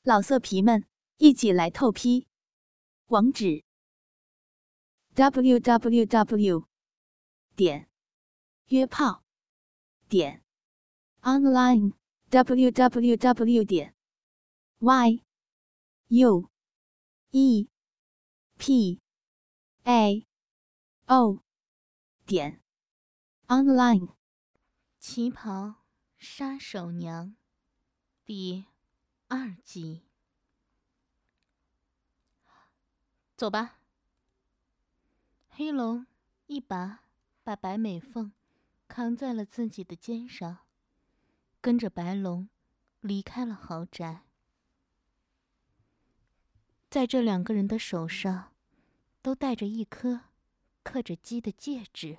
老色皮们，一起来透批！网址 www.约炮online www.yuepao.online。 旗袍杀手娘第2集。走吧。黑龙一把把白美凤扛在了自己的肩上，跟着白龙离开了豪宅。在这2个人的手上都戴着一颗刻着鸡的戒指。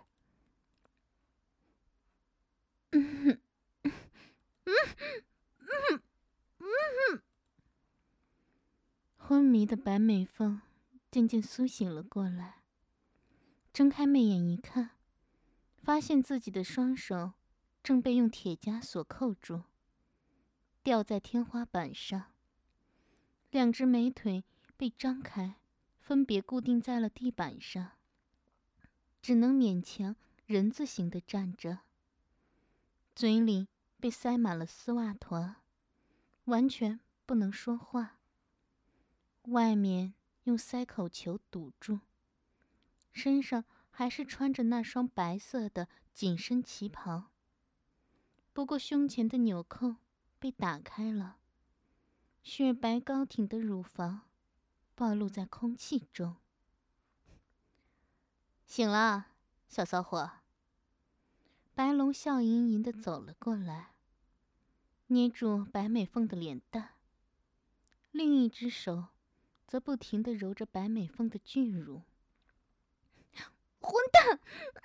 昏迷的白美凤渐渐苏醒了过来，睁开媚眼一看，发现自己的双手正被用铁夹锁扣住，吊在天花板上，2只美腿被张开，分别固定在了地板上，只能勉强人字形的站着，嘴里被塞满了丝袜团，完全不能说话，外面用塞口球堵住，身上还是穿着那双白色的紧身旗袍，不过胸前的纽扣被打开了，雪白高挺的乳房暴露在空气中。醒了，小骚货。白龙笑盈盈地走了过来，捏住白美凤的脸蛋，另一只手则不停地揉着白美凤的巨乳。混蛋！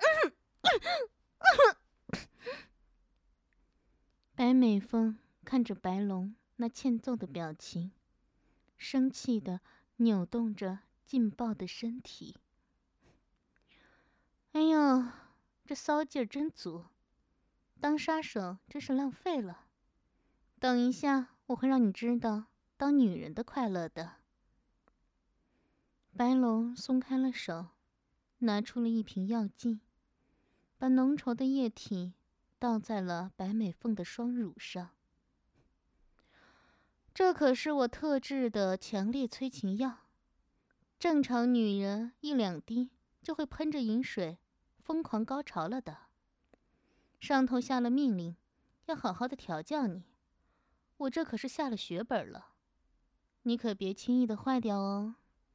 白美凤看着白龙那欠揍的表情，生气地扭动着劲爆的身体。哎呦，这骚劲儿真足，当杀手真是浪费了。等一下，我会让你知道当女人的快乐的。白龙松开了手，拿出了一瓶药剂，把浓稠的液体倒在了白美凤的双乳上。这可是我特制的强烈催情药，正常女人1、2滴就会喷着饮水疯狂高潮了的。上头下了命令，要好好的调教你，我这可是下了血本了，你可别轻易的坏掉哦。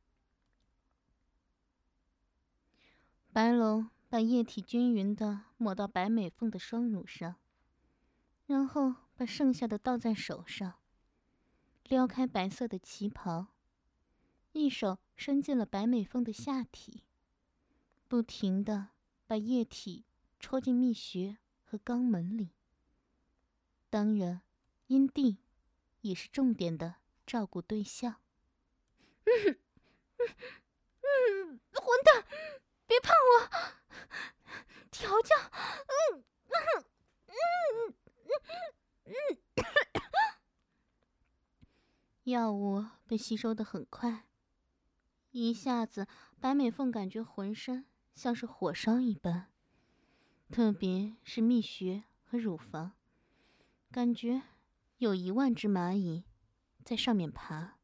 白龙把液体均匀地抹到白美凤的双乳上，然后把剩下的倒在手上，撩开白色的旗袍，一手伸进了白美凤的下体，不停地把液体戳进蜜穴和肛门里。当然，阴蒂也是重点的照顾对象。混蛋！别碰我！调教！药物被吸收得很快，一下子白美凤感觉浑身像是火烧一般，特别是蜜穴和乳房，感觉有1万只蚂蚁在上面爬。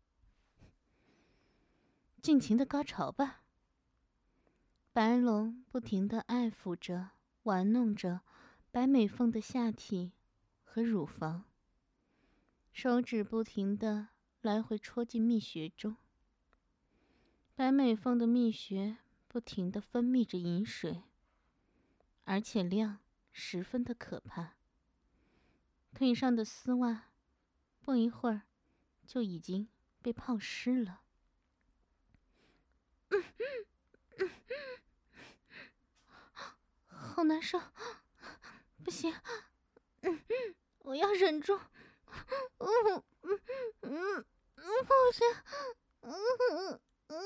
尽情的高潮吧。白龙不停地爱抚着玩弄着白美凤的下体和乳房，手指不停地来回戳进蜜穴中。白美凤的蜜穴不停地分泌着饮水，而且量十分的可怕。腿上的丝袜不一会儿就已经被泡湿了。好难受，不行，我要忍住，不行，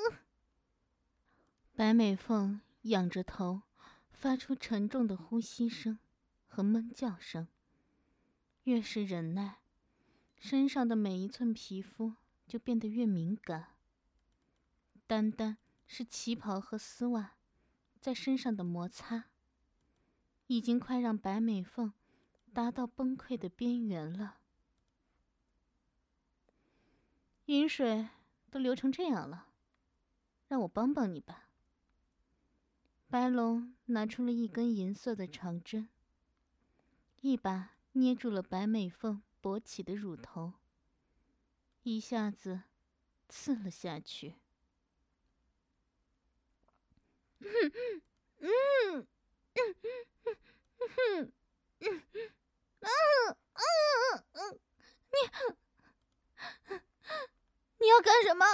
白美凤仰着头，发出沉重的呼吸声和闷叫声。越是忍耐，身上的每一寸皮肤就变得越敏感。单单是旗袍和丝袜在身上的摩擦，已经快让白美凤达到崩溃的边缘了。饮水都流成这样了，让我帮帮你吧。白龙拿出了一根银色的长针，一把捏住了白美凤勃起的乳头，一下子刺了下去。你要干什么？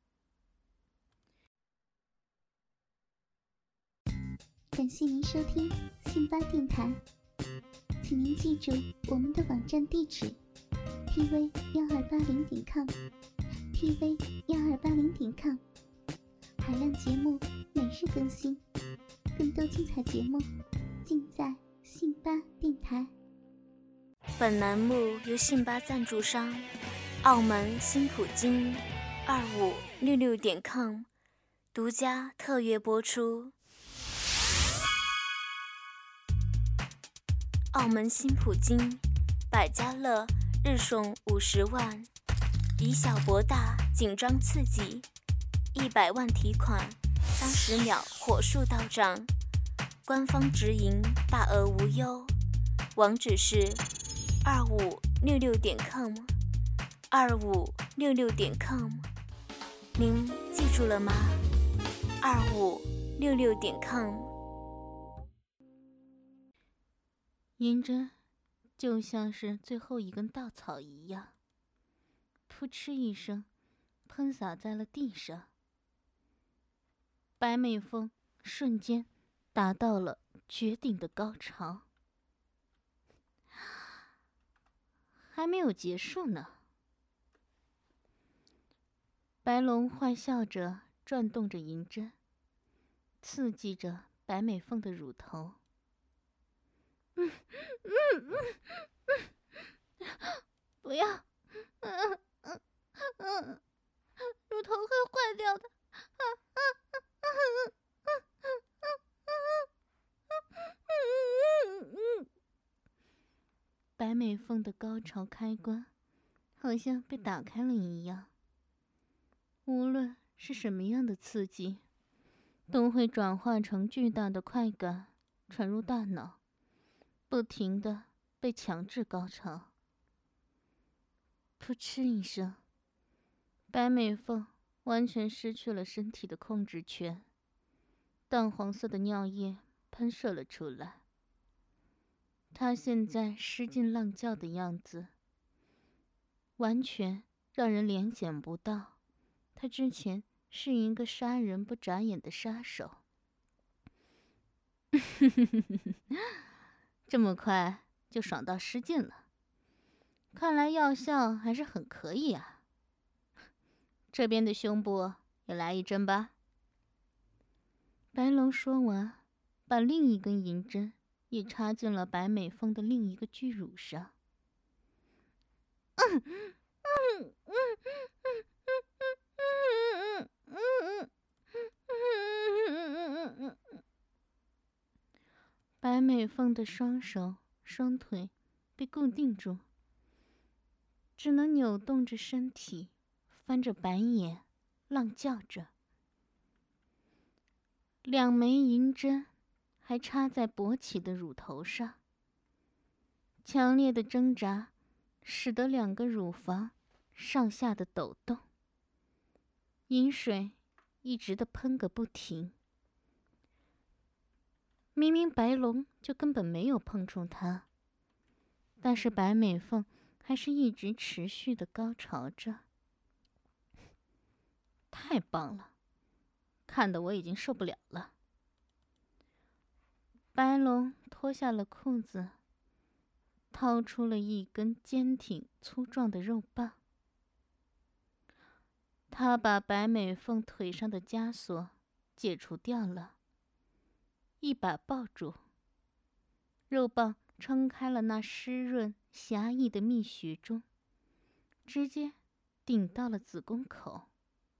感谢您收听信巴电台，请您记住我们的网站地址 tv1280.com，tv1280.com， 海量节目每日更新，更多精彩节目尽在信巴电台。 本栏目由信巴赞助商澳门新普京2566.com 独家特约播出。澳门新普京百家乐日送50万，以小博大，紧张刺激，100万提款，30秒火速到账，官方直营，大额无忧，网址是2566.com，2566.com， 您记住了吗？2566.com。 银针就像是最后一根稻草一样，扑哧一声喷洒在了地上。白美凤瞬间达到了绝顶的高潮。还没有结束呢。白龙坏笑着转动着银针，刺激着白美凤的乳头。不要，乳头会坏掉的。白美凤的高潮开关好像被打开了一样，无论是什么样的刺激，都会转化成巨大的快感传入大脑，不停地被强制高潮。扑哧一声，白美凤完全失去了身体的控制权，淡黄色的尿液喷射了出来。她现在失禁浪叫的样子，完全让人联想不到她之前是一个杀人不眨眼的杀手。这么快就爽到失禁了，看来药效还是很可以啊。这边的胸部也来一针吧。白龙说完，把另一根银针也插进了白美凤的另一个巨乳上。白美凤的双手双腿被固定住，只能扭动着身体，翻着白眼，浪叫着。2枚银针还插在勃起的乳头上，强烈的挣扎使得2个乳房上下的抖动，饮水一直的喷个不停。明明白龙就根本没有碰触她，但是白美凤还是一直持续的高潮着。太棒了，看得我已经受不了了。白龙脱下了裤子，掏出了一根坚挺粗壮的肉棒。他把白美凤腿上的枷锁解除掉了，一把抱住。肉棒撑开了那湿润狭义的蜜穴中，直接顶到了子宫口。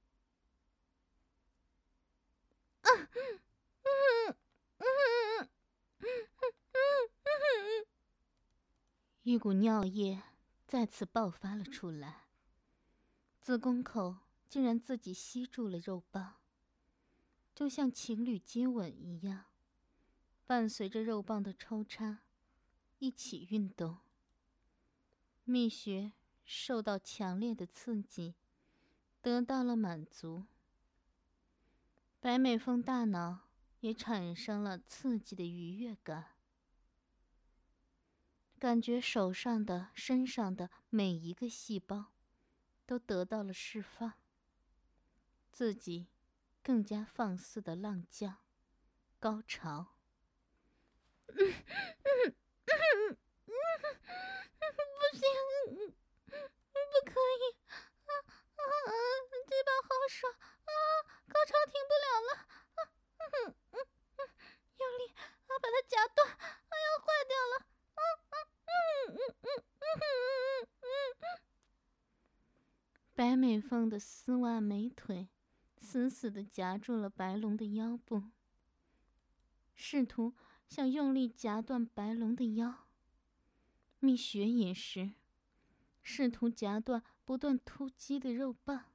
一股尿液再次爆发了出来，子宫口竟然自己吸住了肉棒，就像情侣接吻一样，伴随着肉棒的抽插一起运动。蜜穴受到强烈的刺激，得到了满足。白美凤大脑也产生了刺激的愉悦感，感觉手上的、身上的每一个细胞都得到了释放，自己更加放肆的浪叫、高潮。不行，不可以，这把好爽啊！高潮停不了了，用力把它夹断，要坏掉了。白美凤的丝袜美腿死死地夹住了白龙的腰部，试图想用力夹断白龙的腰。蜜雪也是试图夹断不断突击的肉棒。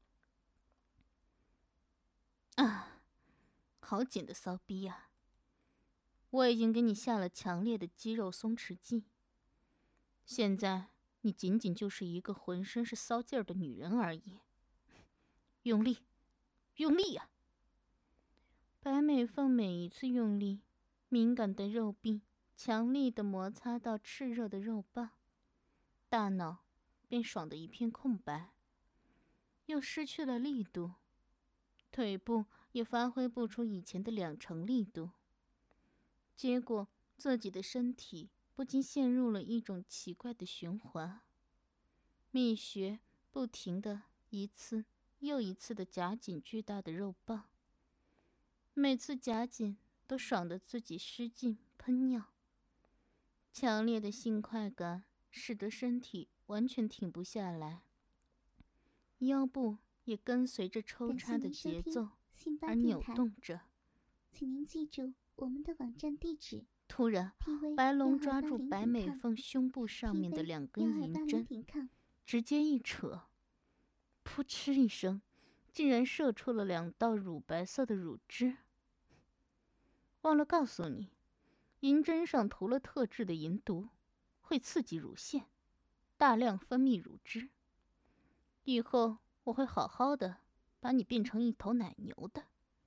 啊，好紧的骚逼啊！我已经给你下了强烈的肌肉松弛剂，现在你仅仅就是一个浑身是骚劲儿的女人而已。用力，用力呀！白美凤每一次用力，敏感的肉壁强力地摩擦到炽热的肉棒，大脑便爽得一片空白，又失去了力度，腿部也发挥不出以前的20%力度，结果自己的身体不禁陷入了一种奇怪的循环，蜜穴不停地一次又一次地夹紧巨大的肉棒，每次夹紧都爽得自己失禁喷尿。强烈的性快感使得身体完全停不下来，腰部也跟随着抽插的节奏而扭动着。 请您记住我们的网站地址。 突然，白龙抓住白美凤胸部上面的2根银针，直接一扯，噗嗤一声，竟然射出了2道乳白色的乳汁。忘了告诉你，银针上涂了特制的银毒，会刺激乳腺，大量分泌乳汁。以后我会好好的把你变成一头奶牛的。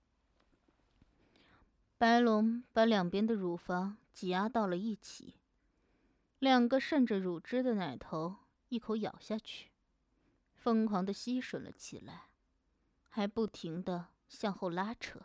白龙把2边的乳房挤压到了一起，2个渗着乳汁的奶头一口咬下去，疯狂地吸吮了起来，还不停地向后拉扯。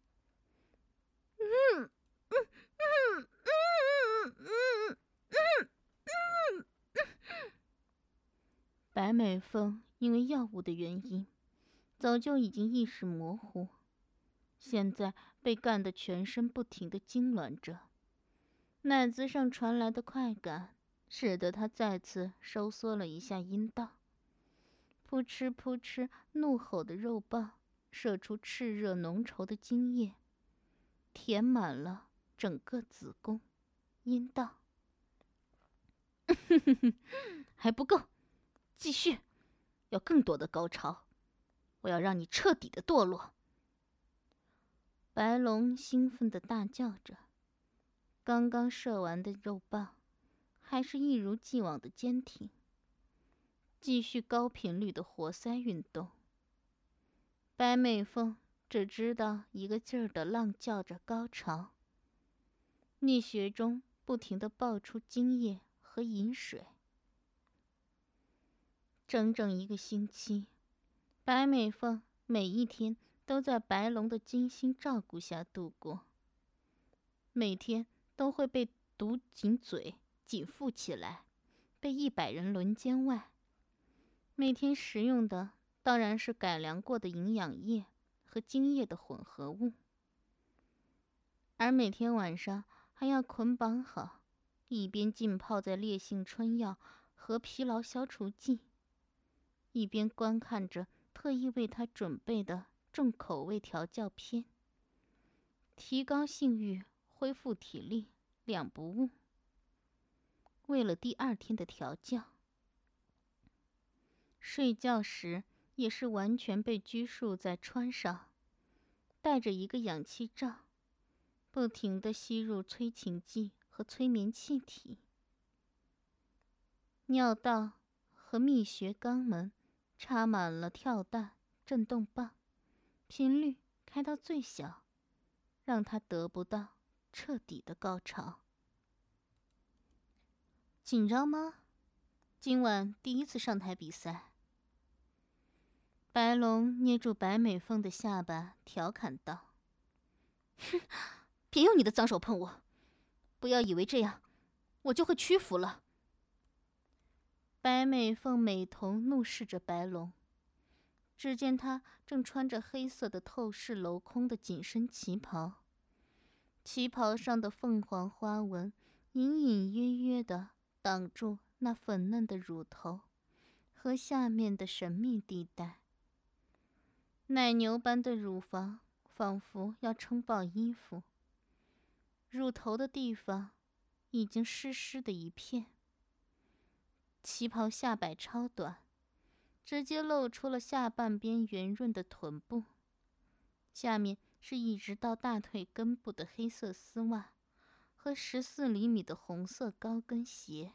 白美凤因为药物的原因，早就已经意识模糊，现在被干得全身不停地痉挛着，奶子上传来的快感使得她再次收缩了一下阴道，扑哧扑哧怒吼的肉棒射出炽热浓稠的精液，填满了整个子宫、阴道。还不够，继续，要更多的高潮，我要让你彻底的堕落。白龙兴奋地大叫着，刚刚射完的肉棒还是一如既往的坚挺，继续高频率的活塞运动。白美凤只知道一个劲儿地浪叫着高潮，蜜穴中不停地爆出精液和饮水。整整1个星期，白美凤每一天都在白龙的精心照顾下度过，每天都会被堵紧嘴、紧缚起来，被100人轮奸外。每天食用的当然是改良过的营养液和精液的混合物，而每天晚上还要捆绑好，一边浸泡在烈性春药和疲劳消除剂， 一边观看着特意为他准备的重口味调教片，提高性欲、恢复体力，两不误。为了第二天的调教，睡觉时也是完全被拘束在床上，戴着一个氧气罩，不停地吸入催情剂和催眠气体。尿道和泌穴肛门插满了跳蛋、震动棒，频率开到最小，让他得不到彻底的高潮。紧张吗？今晚第一次上台比赛。白龙捏住白美凤的下巴，调侃道：“哼，别用你的脏手碰我，不要以为这样我就会屈服了。”白美凤美瞳怒视着白龙，只见他正穿着黑色的透视镂空的紧身旗袍，旗袍上的凤凰花纹隐隐约约地挡住那粉嫩的乳头和下面的神秘地带。奶牛般的乳房仿佛要撑爆衣服，乳头的地方已经湿湿的一片。旗袍下摆超短，直接露出了下半边圆润的臀部，下面是一直到大腿根部的黑色丝袜和14厘米的红色高跟鞋。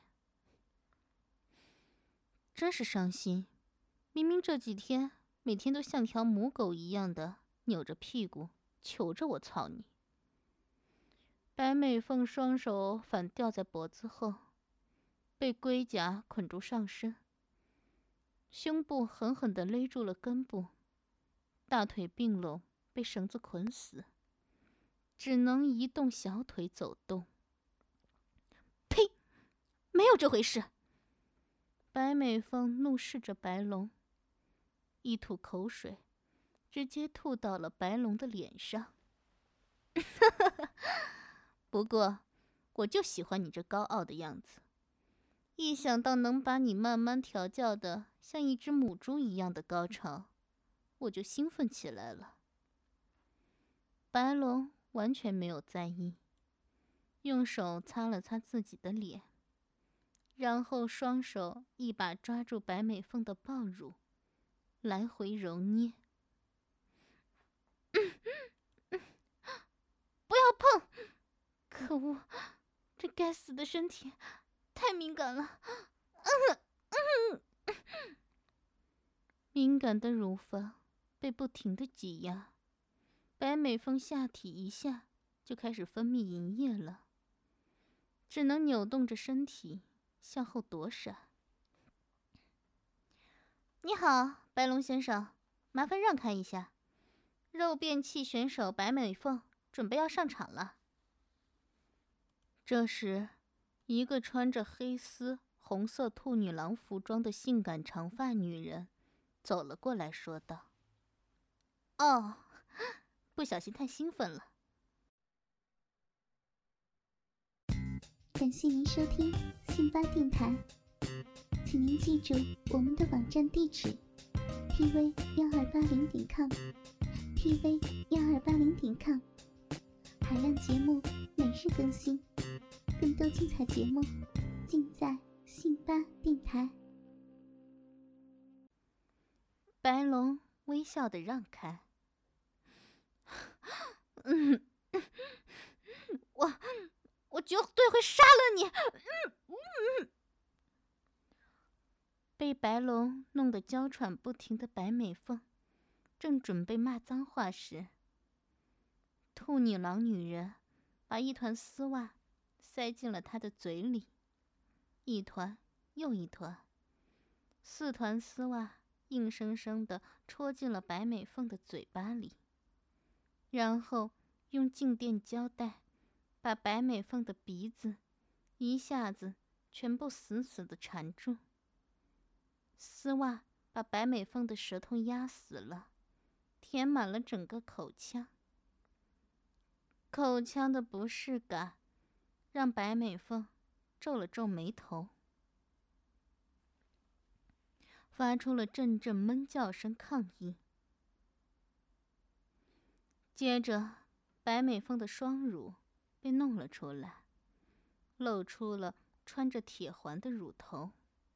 真是伤心，明明这几天每天都像条母狗一样的扭着屁股求着我操你。白美凤双手反吊在脖子后，被龟甲捆住上身，胸部狠狠地勒住了根部，大腿并拢被绳子捆死，只能移动小腿走动。呸！没有这回事！白美凤怒视着白龙，一吐口水，直接吐到了白龙的脸上。不过，我就喜欢你这高傲的样子。一想到能把你慢慢调教的像一只母猪一样的高潮，我就兴奋起来了。白龙完全没有在意，用手擦了擦自己的脸，然后双手一把抓住白美凤的抱乳，来回揉捏。不要碰！可恶，这该死的身体太敏感了。敏感的乳房被不停地挤压，白美凤下体一下就开始分泌银液了，只能扭动着身体向后躲闪。你好，白龙先生，麻烦让开一下，肉便器选手白美凤准备要上场了。这时，一个穿着黑丝红色兔女郎服装的性感长发女人走了过来，说道：“哦，不小心太兴奋了。” 感谢您收听信巴电台，请您记住我们的网站地址 tv1280.com，tv1280.com， 海量节目每日更新，更多精彩节目尽在信巴电台。 白龙微笑地让开。我绝对会杀了你！被白龙弄得娇喘不停的白美凤，正准备骂脏话时，兔女郎女人把一团丝袜塞进了她的嘴里，一团又一团，4团丝袜硬生生地戳进了白美凤的嘴巴里，然后用静电胶带把白美凤的鼻子一下子全部死死地缠住。丝袜把白美凤的舌头压死了，填满了整个口腔。口腔的不适感让白美凤皱了皱眉头。 发出了阵阵闷叫声抗议。接着，白美凤的双乳被弄了出来，露出了穿着铁环的乳头。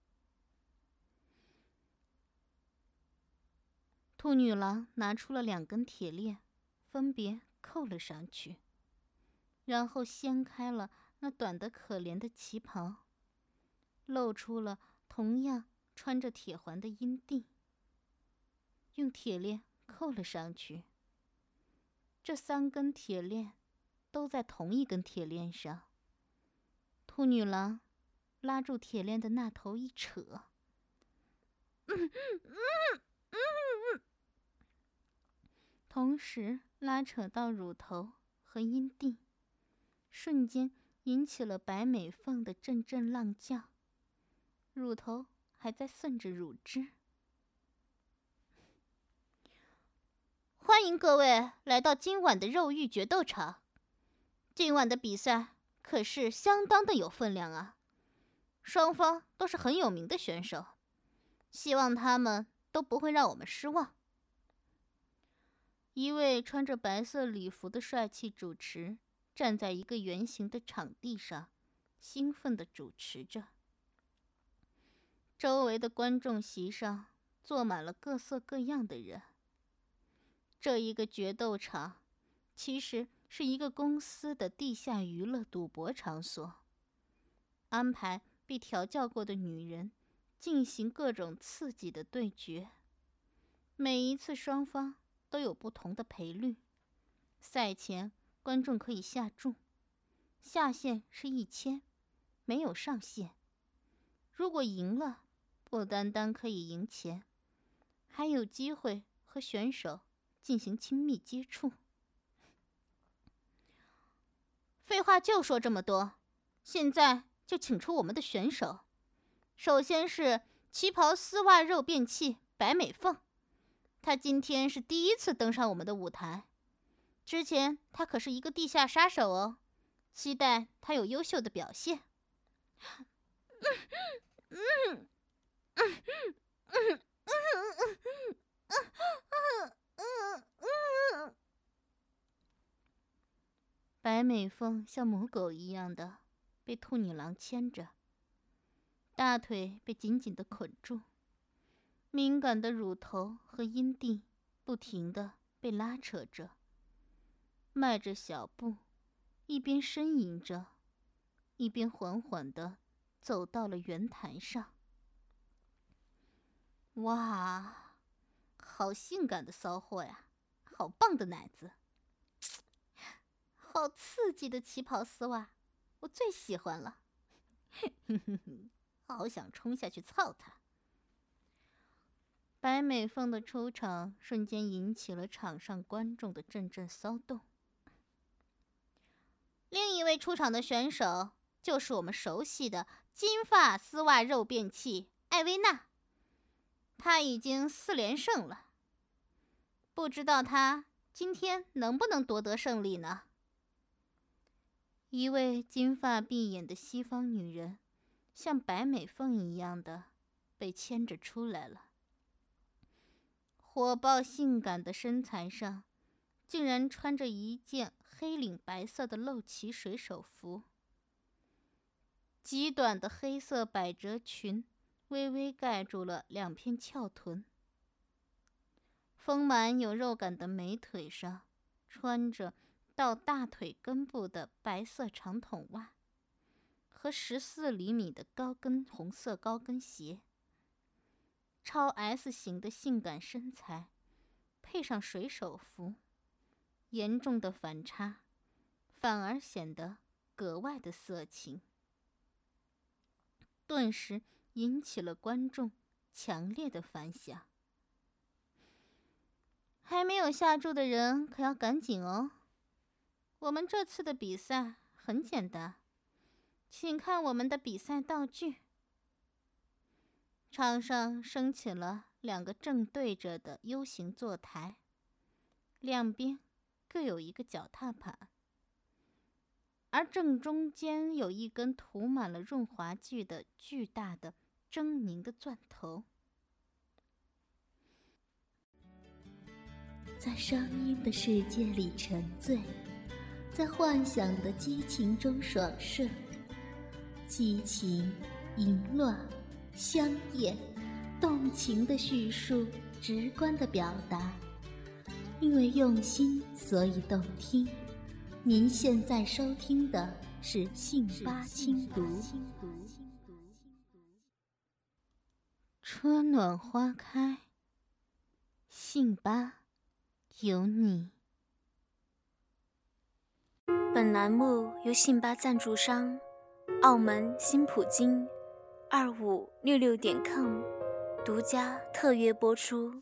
兔女郎拿出了2根铁链，分别扣了上去，然后掀开了那短得可怜的旗袍，露出了同样穿着铁环的阴蒂，用铁链扣了上去。这3根铁链都在同一根铁链上。兔女郎拉住铁链的那头一扯，同时拉扯到乳头和阴蒂，瞬间引起了白美凤的阵阵浪叫，乳头还在渗着乳汁。欢迎各位来到今晚的肉欲决斗场。今晚的比赛可是相当的有分量啊，双方都是很有名的选手，希望他们都不会让我们失望。一位穿着白色礼服的帅气主持站在一个圆形的场地上，兴奋地主持着。周围的观众席上坐满了各色各样的人。这一个决斗场其实是一个公司的地下娱乐赌博场所，安排被调教过的女人进行各种刺激的对决。每一次双方都有不同的赔率。赛前观众可以下注，下限是1000，没有上限。如果赢了，不单单可以赢钱，还有机会和选手进行亲密接触。废话就说这么多，现在就请出我们的选手。首先是旗袍丝袜肉便器白美凤，她今天是第一次登上我们的舞台，之前她可是一个地下杀手哦，期待她有优秀的表现。白美凤像母狗一样的被兔女郎牵着，大腿被紧紧的捆住，敏感的乳头和阴蒂不停的被拉扯着，迈着小步，一边呻吟着，一边缓缓地走到了圆台上。哇，好性感的骚货呀，好棒的奶子，好刺激的旗袍丝袜，我最喜欢了。好想冲下去操他。白美凤的出场瞬间引起了场上观众的阵阵骚动。另一位出场的选手就是我们熟悉的金发丝袜肉便器艾薇娜，她已经4连胜了，不知道她今天能不能夺得胜利呢？一位金发碧眼的西方女人，像白美凤一样的被牵着出来了。火爆性感的身材上，竟然穿着一件黑领白色的露脐水手服，极短的黑色百褶裙微微盖住了2片翘臀，丰满有肉感的美腿上穿着到大腿根部的白色长筒袜和14厘米的红色高跟鞋，超 S 型的性感身材配上水手服，严重的反差反而显得格外的色情，顿时引起了观众强烈的反响。还没有下注的人可要赶紧哦。我们这次的比赛很简单，请看我们的比赛道具。场上升起了2个正对着的 U 型坐台，两边各有一个脚踏板，而正中间有一根涂满了润滑剂的巨大的狰狞的钻头。 在声音的世界里沉醉，在幻想的激情中爽顺。激情、淫乱、香艳、动情的叙述，直观的表达。因为用心，所以动听。您现在收听的是信八轻读。 春暖花开，信八有你。 本栏目由信八赞助商澳门新普京2566.com独家特约播出。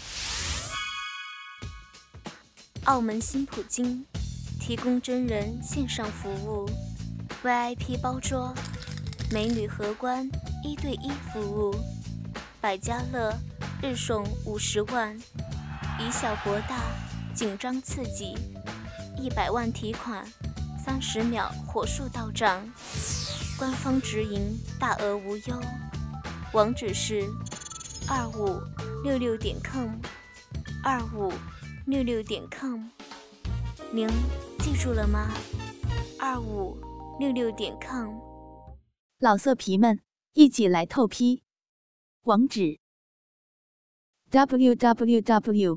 澳门新普京提供真人线上服务， VIP 包桌，美女荷官1对1服务，百家乐日送50万，以小博大，紧张刺激，100万提款，30秒火速到账，官方直营，大额无忧。网址是2566.com，2566.com，您记住了吗？2566.com。 老色皮们，一起来透批！网址 www.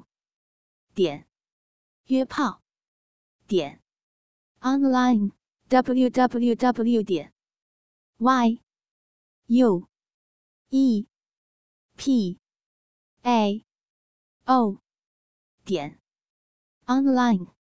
约炮online www.yuepao.online